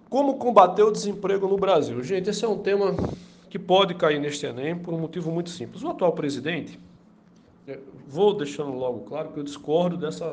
Como combater o desemprego no Brasil? Gente, esse é um tema que pode cair neste Enem por um motivo muito simples. O atual presidente, vou deixando logo claro que eu discordo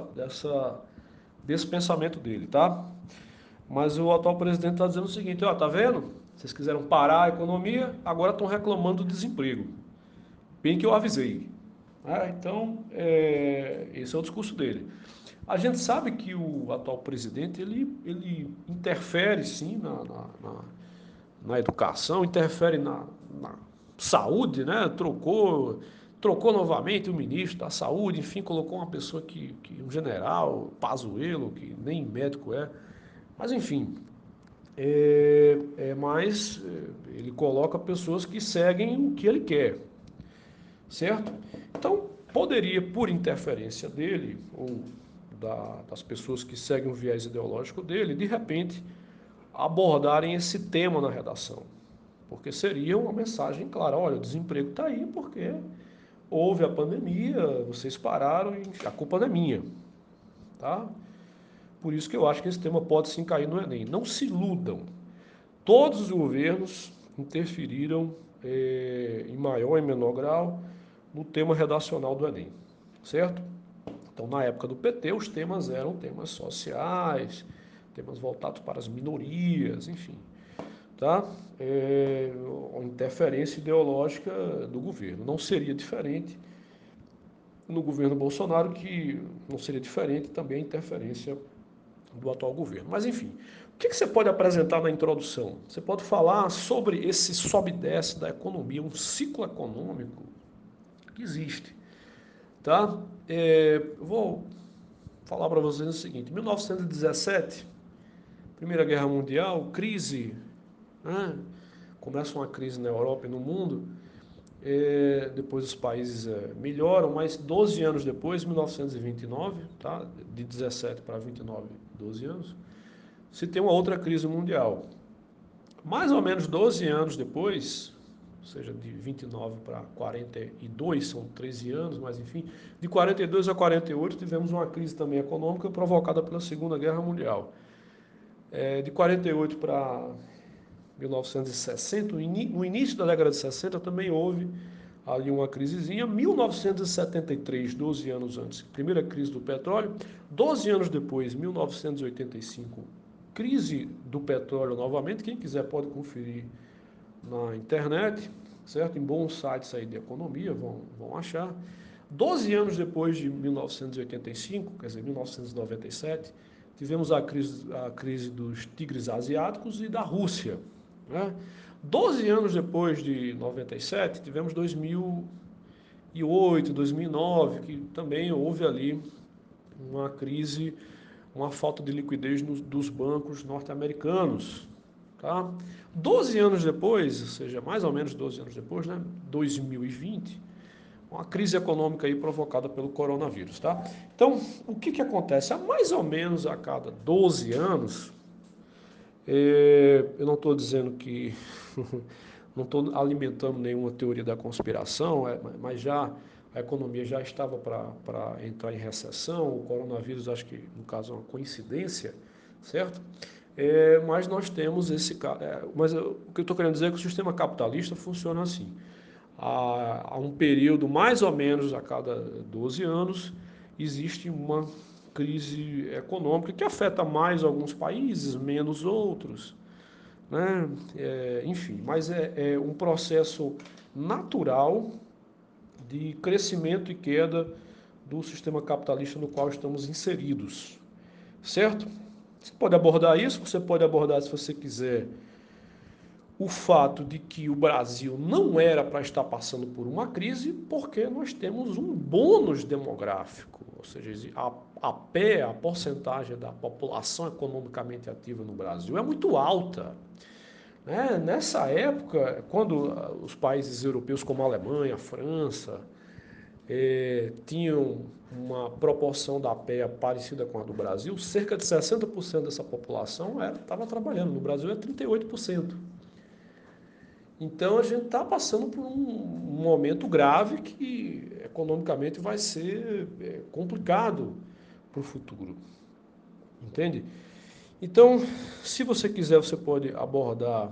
desse pensamento dele, tá? Mas o atual presidente está dizendo o seguinte, ó, tá vendo? Vocês quiseram parar a economia, agora estão reclamando do desemprego. Bem que eu avisei. Então, esse é o discurso dele. A gente sabe que o atual presidente, ele interfere sim na educação, interfere na saúde, né? Trocou novamente o ministro da saúde, enfim, colocou uma pessoa um general, Pazuello, que nem médico é. Mas enfim, ele coloca pessoas que seguem o que ele quer, certo? Então, poderia, por interferência dele, ou das pessoas que seguem o viés ideológico dele, de repente, abordarem esse tema na redação. Porque seria uma mensagem clara, olha, o desemprego está aí porque houve a pandemia, vocês pararam e a culpa não é minha. Tá? Por isso que eu acho que esse tema pode sim cair no Enem. Não se iludam. Todos os governos interferiram em maior ou em menor grau no tema redacional do Enem, certo? Então, na época do PT, os temas eram temas sociais, temas voltados para as minorias, enfim, tá? Interferência ideológica do governo. Não seria diferente no governo Bolsonaro, que não seria diferente também a interferência do atual governo. Mas, enfim, o que você pode apresentar na introdução? Você pode falar sobre esse sobe e desce da economia, um ciclo econômico que existe. Tá? Vou falar para vocês o seguinte: 1917, Primeira Guerra Mundial, crise, né? Começa uma crise na Europa e no mundo. Depois os países melhoram, mas 12 anos depois, 1929, tá? De 17 para 29, 12 anos, se tem uma outra crise mundial. Mais ou menos 12 anos depois, ou seja, de 29 para 42, são 13 anos, mas enfim, de 42 a 48 tivemos uma crise também econômica provocada pela Segunda Guerra Mundial. De 48 para 1960, no início da década de 60 também houve ali uma crisezinha. 1973, 12 anos antes, primeira crise do petróleo. 12 anos depois, 1985, crise do petróleo novamente. Quem quiser pode conferir na internet, certo? Em bons sites aí de economia vão achar. 12 anos depois de 1985, quer dizer, 1997, tivemos a crise dos tigres asiáticos e da Rússia. Né? 12 anos depois de 97, tivemos 2008, 2009, que também houve ali uma crise, uma falta de liquidez dos bancos norte-americanos. Tá? 12 anos depois, ou seja, mais ou menos 12 anos depois, né, 2020, uma crise econômica aí provocada pelo coronavírus. Tá? Então, o que acontece? Há mais ou menos a cada 12 anos, eu não estou dizendo que não estou alimentando nenhuma teoria da conspiração, mas já a economia já estava para entrar em recessão, o coronavírus acho que no caso é uma coincidência, certo? Mas nós temos o que eu estou querendo dizer é que o sistema capitalista funciona assim. Há um período mais ou menos a cada 12 anos existe uma crise econômica que afeta mais alguns países, menos outros, né? Enfim, mas é um processo natural de crescimento e queda do sistema capitalista no qual estamos inseridos, certo? Você pode abordar isso, você pode abordar, se você quiser, o fato de que o Brasil não era para estar passando por uma crise porque nós temos um bônus demográfico, ou seja, a porcentagem da população economicamente ativa no Brasil é muito alta. Né? Nessa época, quando os países europeus como a Alemanha, a França, tinham uma proporção da PEA parecida com a do Brasil, cerca de 60% dessa população estava trabalhando. No Brasil é 38%. Então a gente está passando por um momento grave que economicamente vai ser complicado para o futuro. Entende? Então, se você quiser, você pode abordar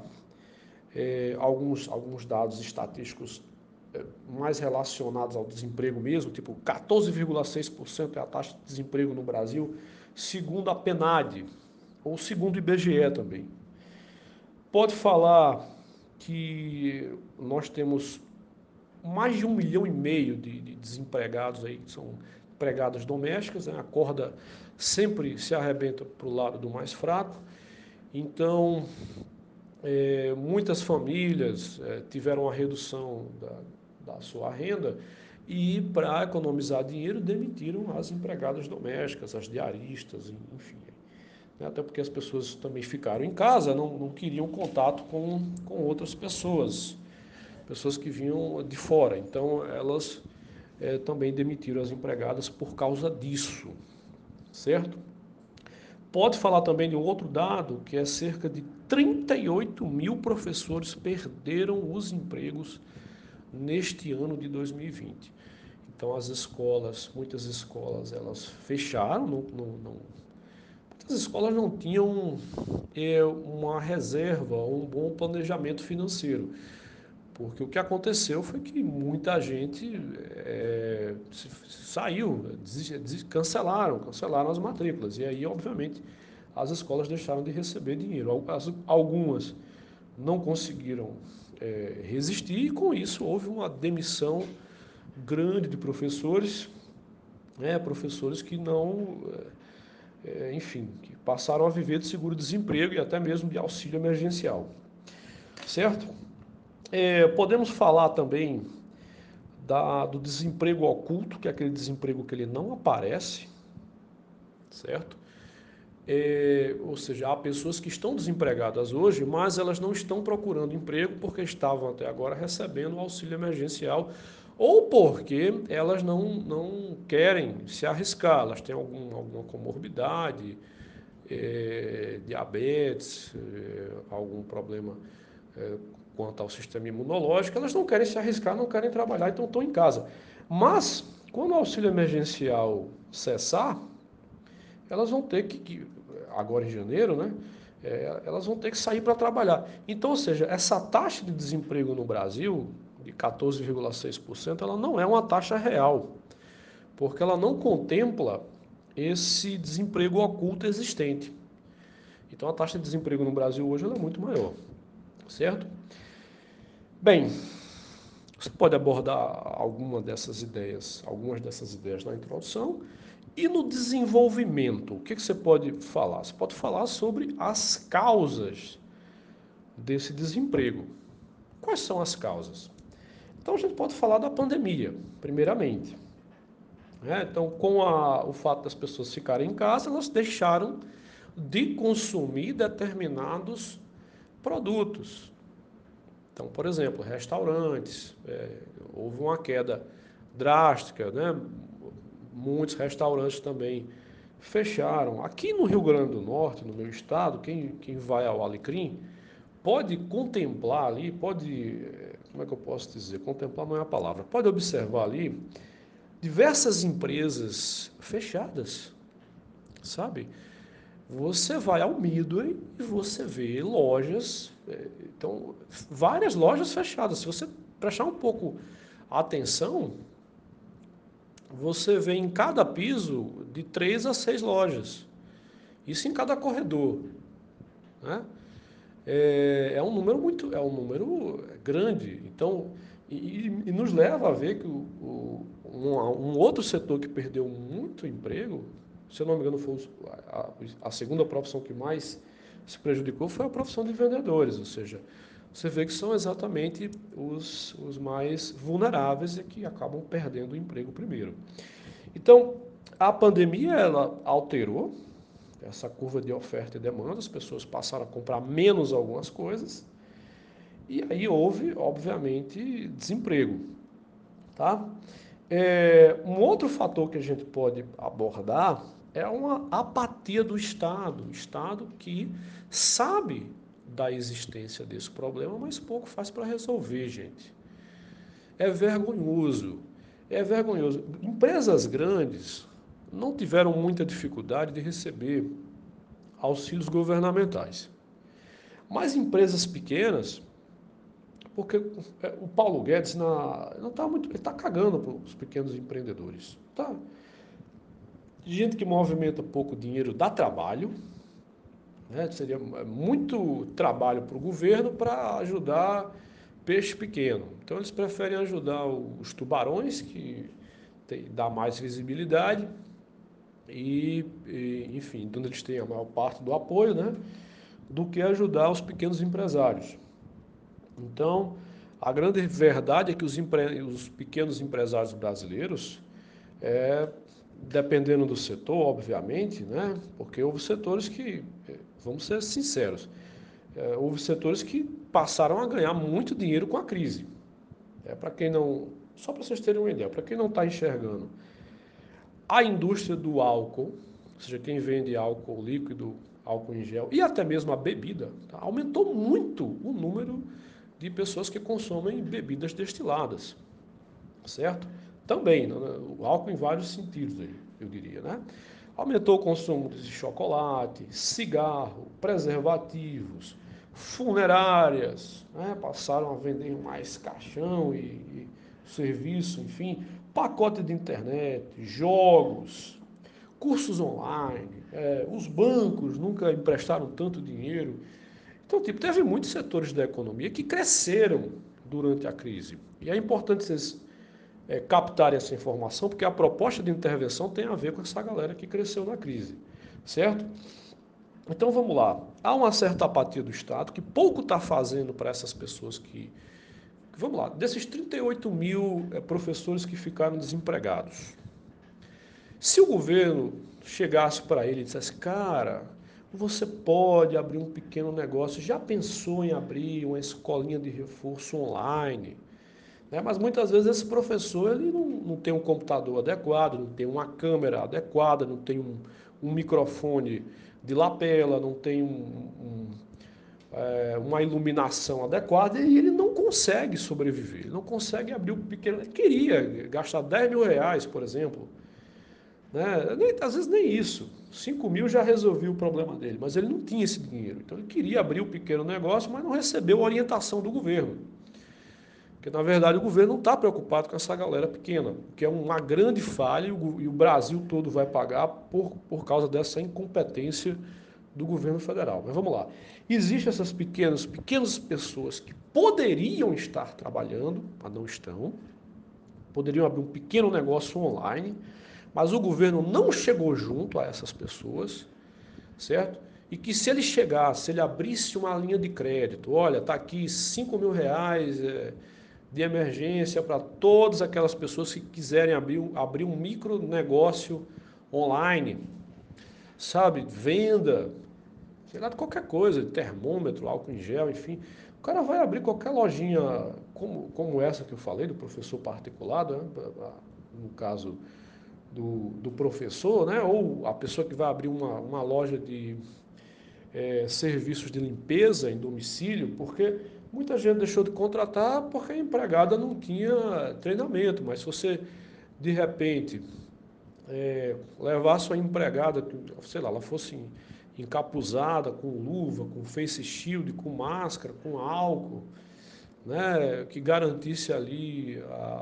alguns dados estatísticos mais relacionados ao desemprego mesmo, tipo 14,6% é a taxa de desemprego no Brasil, segundo a PNAD, ou segundo o IBGE também. Pode falar que nós temos mais de 1,5 milhão de desempregados aí, que são empregadas domésticas, né? A corda sempre se arrebenta para o lado do mais fraco. Então, muitas famílias tiveram uma redução da sua renda e, para economizar dinheiro, demitiram as empregadas domésticas, as diaristas, enfim. Até porque as pessoas também ficaram em casa, não queriam contato com outras pessoas, pessoas que vinham de fora. Então, elas também demitiram as empregadas por causa disso, certo? Pode falar também de um outro dado, que é cerca de 38 mil professores perderam os empregos neste ano de 2020. Então, as escolas, muitas escolas, elas fecharam, muitas escolas não tinham uma reserva, um bom planejamento financeiro. Porque o que aconteceu foi que muita gente saiu, cancelaram as matrículas. E aí, obviamente, as escolas deixaram de receber dinheiro. Algumas não conseguiram resistir e, com isso, houve uma demissão grande de professores, professores que não, enfim, que passaram a viver de seguro-desemprego e até mesmo de auxílio emergencial. Certo? Podemos falar também do desemprego oculto, que é aquele desemprego que ele não aparece, certo? Ou seja, há pessoas que estão desempregadas hoje, mas elas não estão procurando emprego porque estavam até agora recebendo o auxílio emergencial ou porque elas não querem se arriscar, elas têm alguma comorbidade, diabetes, algum problema quanto ao sistema imunológico, elas não querem se arriscar, não querem trabalhar, então estão em casa. Mas, quando o auxílio emergencial cessar, elas vão ter agora em janeiro, né? Elas vão ter que sair para trabalhar. Então, ou seja, essa taxa de desemprego no Brasil, de 14,6%, ela não é uma taxa real, porque ela não contempla esse desemprego oculto existente. Então, a taxa de desemprego no Brasil hoje ela é muito maior, certo? Bem, você pode abordar algumas dessas ideias na introdução. E no desenvolvimento, o que você pode falar? Você pode falar sobre as causas desse desemprego. Quais são as causas? Então a gente pode falar da pandemia, primeiramente. Então, com o fato das pessoas ficarem em casa, elas deixaram de consumir determinados produtos. Então, por exemplo, restaurantes, houve uma queda drástica, né? Muitos restaurantes também fecharam. Aqui no Rio Grande do Norte, no meu estado, quem vai ao Alecrim, pode contemplar ali, como é que eu posso dizer? Contemplar não é a palavra, pode observar ali diversas empresas fechadas, sabe? Você vai ao Midway e você vê lojas, então, várias lojas fechadas. Se você prestar um pouco atenção, você vê em cada piso de 3 a 6 lojas. Isso em cada corredor. Né? É um número grande. Então, e nos leva a ver que um outro setor que perdeu muito emprego, se eu não me engano, foi a segunda profissão que mais se prejudicou foi a profissão de vendedores, ou seja, você vê que são exatamente os mais vulneráveis e que acabam perdendo o emprego primeiro. Então, a pandemia ela alterou essa curva de oferta e demanda, as pessoas passaram a comprar menos algumas coisas e aí houve, obviamente, desemprego. Tá? Um outro fator que a gente pode abordar é uma apatia do Estado. O Estado que sabe da existência desse problema, mas pouco faz para resolver, gente. É vergonhoso. É vergonhoso. Empresas grandes não tiveram muita dificuldade de receber auxílios governamentais. Mas empresas pequenas, porque o Paulo Guedes não tá muito, ele está cagando para os pequenos empreendedores. Tá? Gente que movimenta pouco dinheiro dá trabalho, né? Seria muito trabalho para o governo para ajudar peixe pequeno. Então eles preferem ajudar os tubarões, que dá mais visibilidade, enfim, onde eles têm a maior parte do apoio, né? Do que ajudar os pequenos empresários. Então, a grande verdade é que os pequenos empresários brasileiros, dependendo do setor, obviamente, né? Porque houve setores que, vamos ser sinceros, houve setores que passaram a ganhar muito dinheiro com a crise. Para quem não, só para vocês terem uma ideia, para quem não está enxergando, a indústria do álcool, ou seja, quem vende álcool líquido, álcool em gel e até mesmo a bebida, tá? Aumentou muito o número de pessoas que consomem bebidas destiladas, certo? Também, né, o álcool em vários sentidos, eu diria, né? Aumentou o consumo de chocolate, cigarro, preservativos, funerárias, né? Passaram a vender mais caixão e serviço, enfim, pacote de internet, jogos, cursos online, os bancos nunca emprestaram tanto dinheiro. Então, tipo, teve muitos setores da economia que cresceram durante a crise. E é importante vocês captarem essa informação, porque a proposta de intervenção tem a ver com essa galera que cresceu na crise, certo? Então vamos lá. Há uma certa apatia do Estado que pouco está fazendo para essas pessoas vamos lá, desses 38 mil professores que ficaram desempregados. Se o governo chegasse para ele e dissesse, cara, você pode abrir um pequeno negócio, já pensou em abrir uma escolinha de reforço online? Né? Mas muitas vezes esse professor ele não tem um computador adequado, não tem uma câmera adequada, não tem um microfone de lapela, não tem uma iluminação adequada e ele não consegue sobreviver, ele não consegue abrir um pequeno. Ele queria gastar 10 mil reais, por exemplo, né? Às vezes nem isso. 5 mil já resolvia o problema dele, mas ele não tinha esse dinheiro. Então ele queria abrir o pequeno negócio, mas não recebeu a orientação do governo. Porque, na verdade, o governo não está preocupado com essa galera pequena, que é uma grande falha e o Brasil todo vai pagar por causa dessa incompetência do governo federal. Mas vamos lá. Existem essas pequenas pessoas que poderiam estar trabalhando, mas não estão, poderiam abrir um pequeno negócio online, mas o governo não chegou junto a essas pessoas, certo? E que se ele chegasse, se ele abrisse uma linha de crédito, olha, está aqui 5 mil reais de emergência para todas aquelas pessoas que quiserem abrir um micro negócio online, sabe? Venda, sei lá, de qualquer coisa, termômetro, álcool em gel, enfim. O cara vai abrir qualquer lojinha como essa que eu falei, do professor particular, né? No caso do professor, né? Ou a pessoa que vai abrir uma loja de serviços de limpeza em domicílio, porque muita gente deixou de contratar porque a empregada não tinha treinamento, mas se você, de repente, levar sua empregada, sei lá, ela fosse encapuzada, com luva, com face shield, com máscara, com álcool, né, que garantisse ali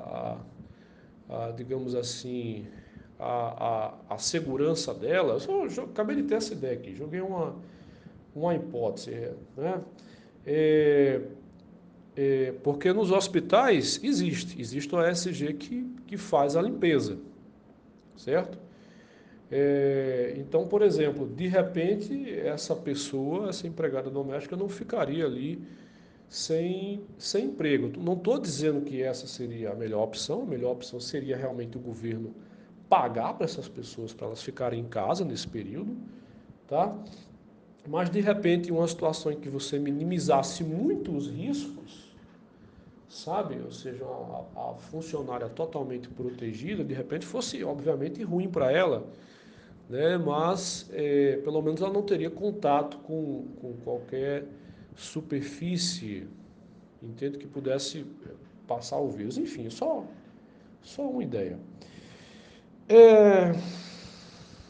digamos assim, a segurança dela. Acabei de ter essa ideia aqui, joguei uma hipótese, né? É, porque nos hospitais existe o ASG que faz a limpeza, certo? Então, por exemplo, de repente, essa pessoa, essa empregada doméstica, não ficaria ali sem emprego. Não estou dizendo que essa seria a melhor opção seria realmente o governo pagar para essas pessoas, para elas ficarem em casa nesse período, tá? Mas, de repente, em uma situação em que você minimizasse muito os riscos, sabe? Ou seja, a funcionária totalmente protegida, de repente fosse, obviamente, ruim para ela, né? Mas pelo menos ela não teria contato com qualquer superfície, entendo que pudesse passar o vírus. Enfim, só uma ideia. É,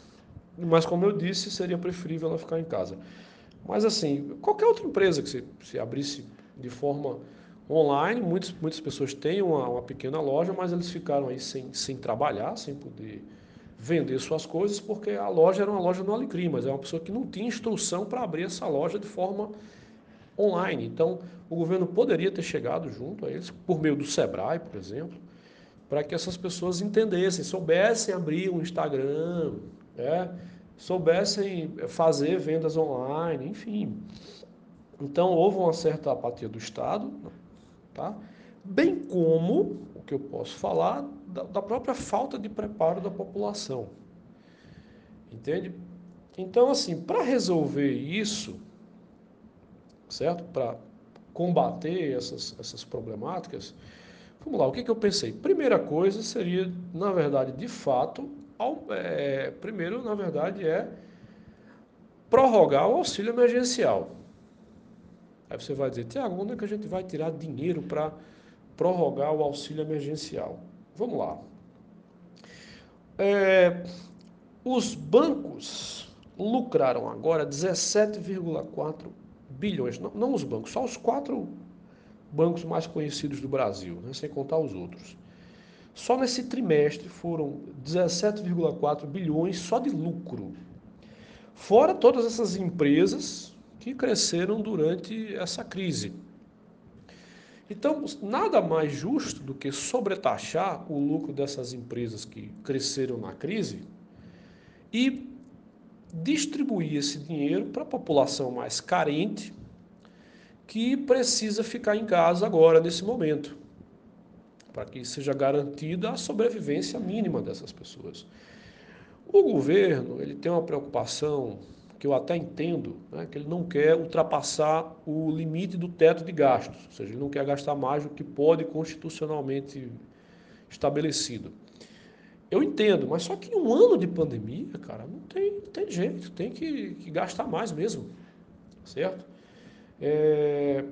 Mas, como eu disse, seria preferível ela ficar em casa. Mas, assim, qualquer outra empresa que se abrisse de forma online, muitas pessoas têm uma pequena loja, mas eles ficaram aí sem trabalhar, sem poder vender suas coisas, porque a loja era uma loja no Alecrim, mas é uma pessoa que não tinha instrução para abrir essa loja de forma online. Então, o governo poderia ter chegado junto a eles, por meio do Sebrae, por exemplo, para que essas pessoas entendessem, soubessem abrir um Instagram, né? Soubessem fazer vendas online, enfim. Então, houve uma certa apatia do Estado, tá? Bem como, o que eu posso falar, da própria falta de preparo da população. Entende? Então, assim, para resolver isso, certo? Para combater essas problemáticas, vamos lá, o que eu pensei? Primeira coisa seria, na verdade, de fato, primeiro, na verdade, é prorrogar o auxílio emergencial. Aí você vai dizer, Tiago, onde é que a gente vai tirar dinheiro para prorrogar o auxílio emergencial? Vamos lá. É, os bancos lucraram agora 17,4 bilhões. Não, não os bancos, só os quatro bancos mais conhecidos do Brasil, né, sem contar os outros. Só nesse trimestre foram 17,4 bilhões só de lucro. Fora todas essas empresas que cresceram durante essa crise. Então, nada mais justo do que sobretaxar o lucro dessas empresas que cresceram na crise e distribuir esse dinheiro para a população mais carente que precisa ficar em casa agora, nesse momento, para que seja garantida a sobrevivência mínima dessas pessoas. O governo ele tem uma preocupação que eu até entendo, né, que ele não quer ultrapassar o limite do teto de gastos, ou seja, ele não quer gastar mais do que pode constitucionalmente estabelecido. Eu entendo, mas só que em um ano de pandemia, cara, não tem jeito, tem que gastar mais mesmo, certo? É,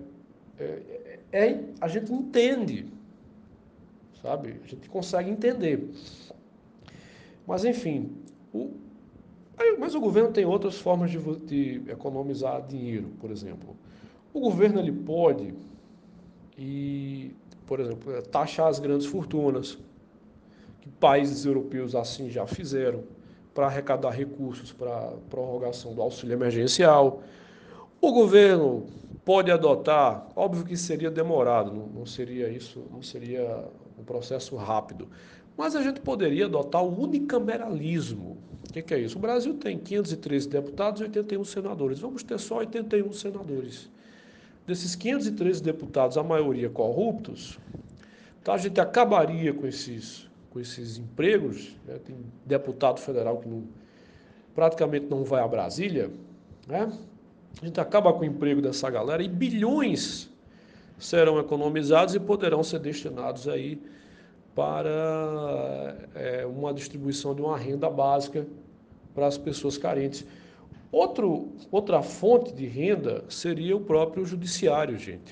a gente entende, sabe? A gente consegue entender. Mas enfim, mas o governo tem outras formas de economizar dinheiro, por exemplo. O governo ele pode, e, por exemplo, taxar as grandes fortunas, que países europeus assim já fizeram, para arrecadar recursos para a prorrogação do auxílio emergencial. O governo pode adotar, óbvio que seria demorado, não seria isso, não seria um processo rápido, mas a gente poderia adotar o unicameralismo. O que é isso? O Brasil tem 513 deputados e 81 senadores. Vamos ter só 81 senadores. Desses 513 deputados, a maioria corruptos, então a gente acabaria com esses empregos. Né? Tem deputado federal que praticamente não vai a Brasília, né? A gente acaba com o emprego dessa galera e bilhões serão economizados e poderão ser destinados aí para uma distribuição de uma renda básica para as pessoas carentes. Outra fonte de renda seria o próprio judiciário, gente.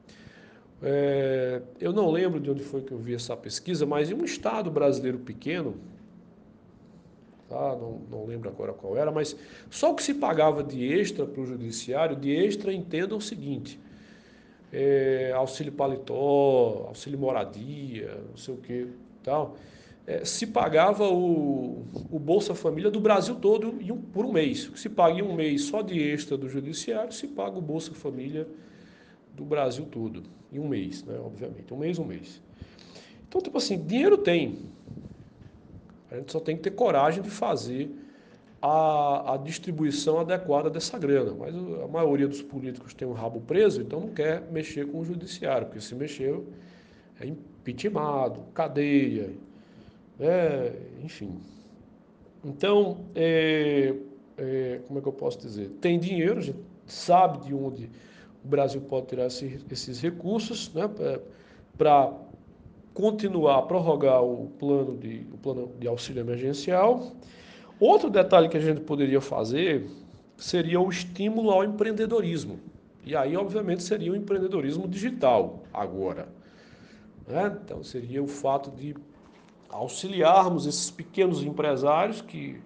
Eu não lembro de onde foi que eu vi essa pesquisa, mas em um estado brasileiro pequeno, tá? Não lembro agora qual era, mas só o que se pagava de extra para o judiciário, de extra entenda o seguinte, auxílio paletó, auxílio moradia, não sei o que, tal. Se pagava o Bolsa Família do Brasil todo por um mês. Se paga em um mês só de extra do judiciário, se paga o Bolsa Família do Brasil todo, em um mês, né, obviamente. Um mês. Então, tipo assim, dinheiro tem. A gente só tem que ter coragem de fazer a distribuição adequada dessa grana. Mas a maioria dos políticos tem um rabo preso, então não quer mexer com o judiciário, porque se mexer é impeachmentado, cadeia, enfim. Então, como é que eu posso dizer? Tem dinheiro, a gente sabe de onde o Brasil pode tirar esses recursos, né, para continuar a prorrogar o plano de auxílio emergencial. Outro detalhe que a gente poderia fazer seria o estímulo ao empreendedorismo. E aí, obviamente, seria o empreendedorismo digital agora. Né? Então, seria o fato de auxiliarmos esses pequenos empresários que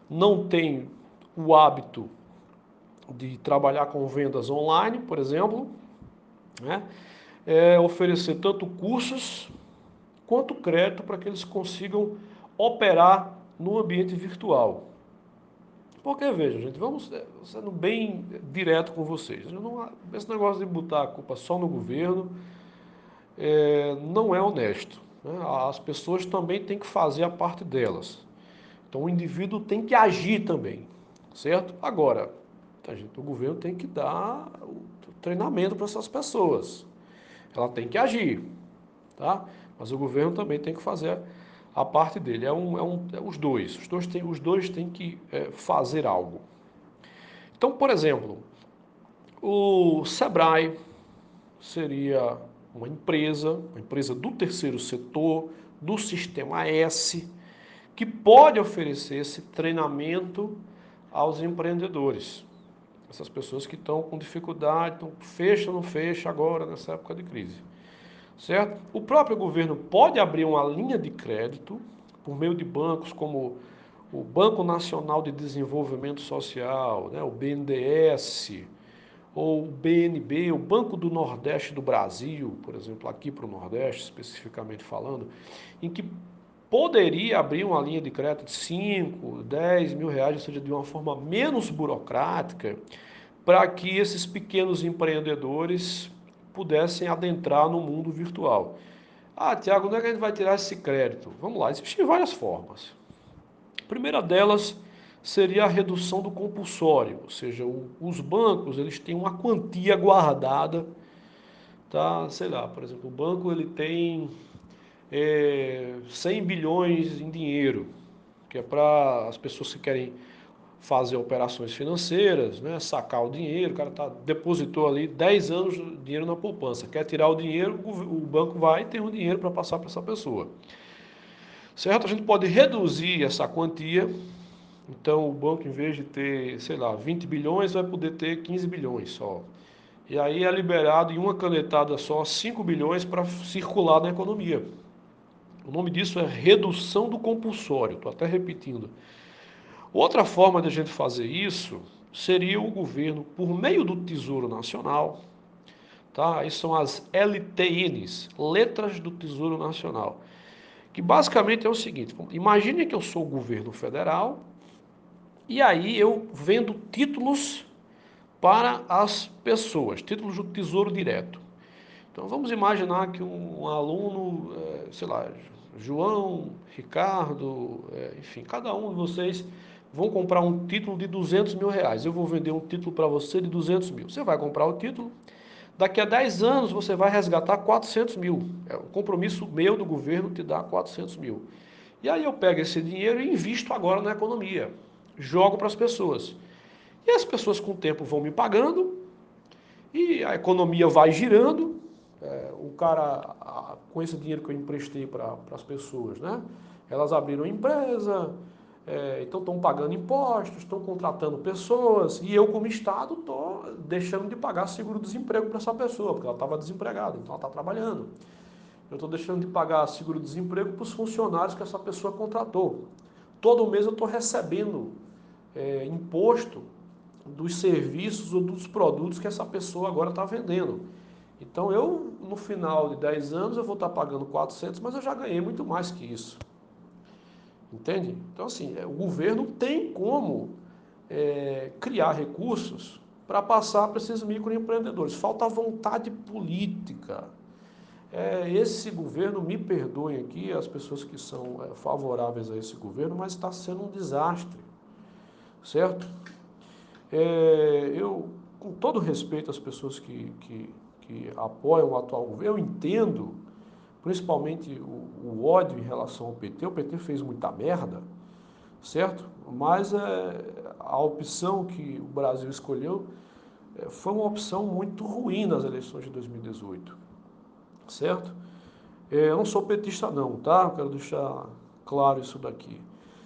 não tem o hábito de trabalhar com vendas online, por exemplo, né? Oferecer tanto cursos quanto crédito para que eles consigam operar no ambiente virtual. Porque, veja, gente, vamos sendo bem direto com vocês. Esse negócio de botar a culpa só no governo não é honesto, né? As pessoas também têm que fazer a parte delas. Então o indivíduo tem que agir também, certo? Agora, o governo tem que dar o treinamento para essas pessoas. Ela tem que agir, tá? Mas o governo também tem que fazer a parte dele. Os dois. Os dois têm que fazer algo. Então, por exemplo, o Sebrae seria uma empresa do terceiro setor, do Sistema S, que pode oferecer esse treinamento aos empreendedores. Essas pessoas que estão com dificuldade, então fecha ou não fecha agora nessa época de crise. Certo? O próprio governo pode abrir uma linha de crédito por meio de bancos como o Banco Nacional de Desenvolvimento Social, né, o BNDES, ou o BNB, o Banco do Nordeste do Brasil, por exemplo, aqui para o Nordeste, especificamente falando, em que poderia abrir uma linha de crédito de 5, 10 mil reais, ou seja, de uma forma menos burocrática, para que esses pequenos empreendedores pudessem adentrar no mundo virtual. Ah, Tiago, onde é que a gente vai tirar esse crédito? Vamos lá, existem várias formas. A primeira delas seria a redução do compulsório, ou seja, os bancos eles têm uma quantia guardada, tá? Sei lá, por exemplo, o banco ele tem 100 bilhões em dinheiro, que é para as pessoas que querem fazer operações financeiras, né, sacar o dinheiro, o cara depositou ali 10 anos de dinheiro na poupança, quer tirar o dinheiro, o banco vai e tem um dinheiro para passar para essa pessoa. Certo? A gente pode reduzir essa quantia, então o banco em vez de ter, sei lá, 20 bilhões, vai poder ter 15 bilhões só. E aí é liberado em uma canetada só 5 bilhões para circular na economia. O nome disso é redução do compulsório, estou até repetindo. Outra forma de a gente fazer isso seria o governo, por meio do Tesouro Nacional, tá? Aí são as LTNs, Letras do Tesouro Nacional, que basicamente é o seguinte: imagine que eu sou o governo federal e aí eu vendo títulos para as pessoas, títulos do Tesouro Direto. Então vamos imaginar que um aluno, sei lá, João, Ricardo, enfim, cada um de vocês vão comprar um título de 200 mil reais. Eu vou vender um título para você de 200 mil. Você vai comprar o título, daqui a 10 anos você vai resgatar 400 mil. É um compromisso meu do governo te dá 400 mil. E aí eu pego esse dinheiro e invisto agora na economia. Jogo para as pessoas. E as pessoas com o tempo vão me pagando e a economia vai girando. O cara, com esse dinheiro que eu emprestei para as pessoas, né? Elas abriram empresa, então estão pagando impostos, estão contratando pessoas, e eu, como Estado, estou deixando de pagar seguro-desemprego para essa pessoa, porque ela estava desempregada, então ela está trabalhando. Eu estou deixando de pagar seguro-desemprego para os funcionários que essa pessoa contratou. Todo mês eu estou recebendo imposto dos serviços ou dos produtos que essa pessoa agora está vendendo. Então eu, no final de 10 anos, eu vou estar pagando 400, mas eu já ganhei muito mais que isso. Entende? Então assim, o governo tem como criar recursos para passar para esses microempreendedores. Falta vontade política. Esse governo, me perdoem aqui as pessoas que são favoráveis a esse governo, mas está sendo um desastre, certo? Eu, com todo respeito às pessoas que apoiam o atual governo, eu entendo, principalmente o ódio em relação ao PT. O PT fez muita merda, certo? Mas a opção que o Brasil escolheu foi uma opção muito ruim nas eleições de 2018, certo? Eu não sou petista não, tá? Eu quero deixar claro isso daqui.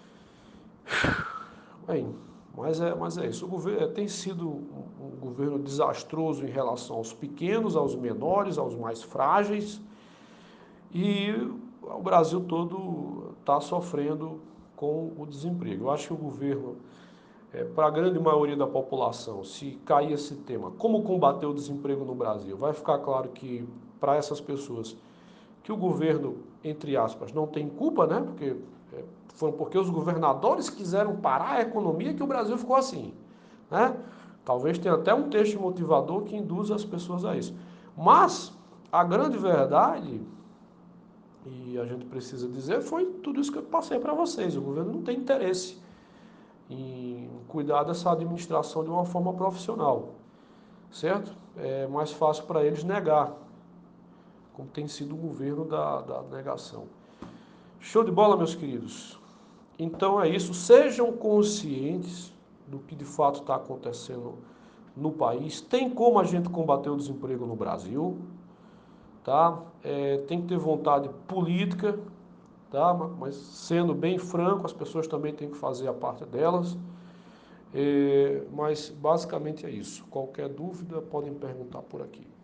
Bem, mas é isso. O governo tem sido um governo desastroso em relação aos pequenos, aos menores, aos mais frágeis, e o Brasil todo está sofrendo com o desemprego. Eu acho que o governo, para a grande maioria da população, se cair esse tema, como combater o desemprego no Brasil, vai ficar claro que para essas pessoas que o governo, entre aspas, não tem culpa, né? Foram porque os governadores quiseram parar a economia que o Brasil ficou assim, né? Talvez tenha até um texto motivador que induza as pessoas a isso. Mas a grande verdade, e a gente precisa dizer, foi tudo isso que eu passei para vocês. O governo não tem interesse em cuidar dessa administração de uma forma profissional, certo? É mais fácil para eles negar, como tem sido o governo da negação. Show de bola, meus queridos? Então é isso, sejam conscientes do que de fato está acontecendo no país. Tem como a gente combater o desemprego no Brasil, tá? Tem que ter vontade política, tá? Mas sendo bem franco, as pessoas também têm que fazer a parte delas. Mas basicamente é isso. Qualquer dúvida podem perguntar por aqui.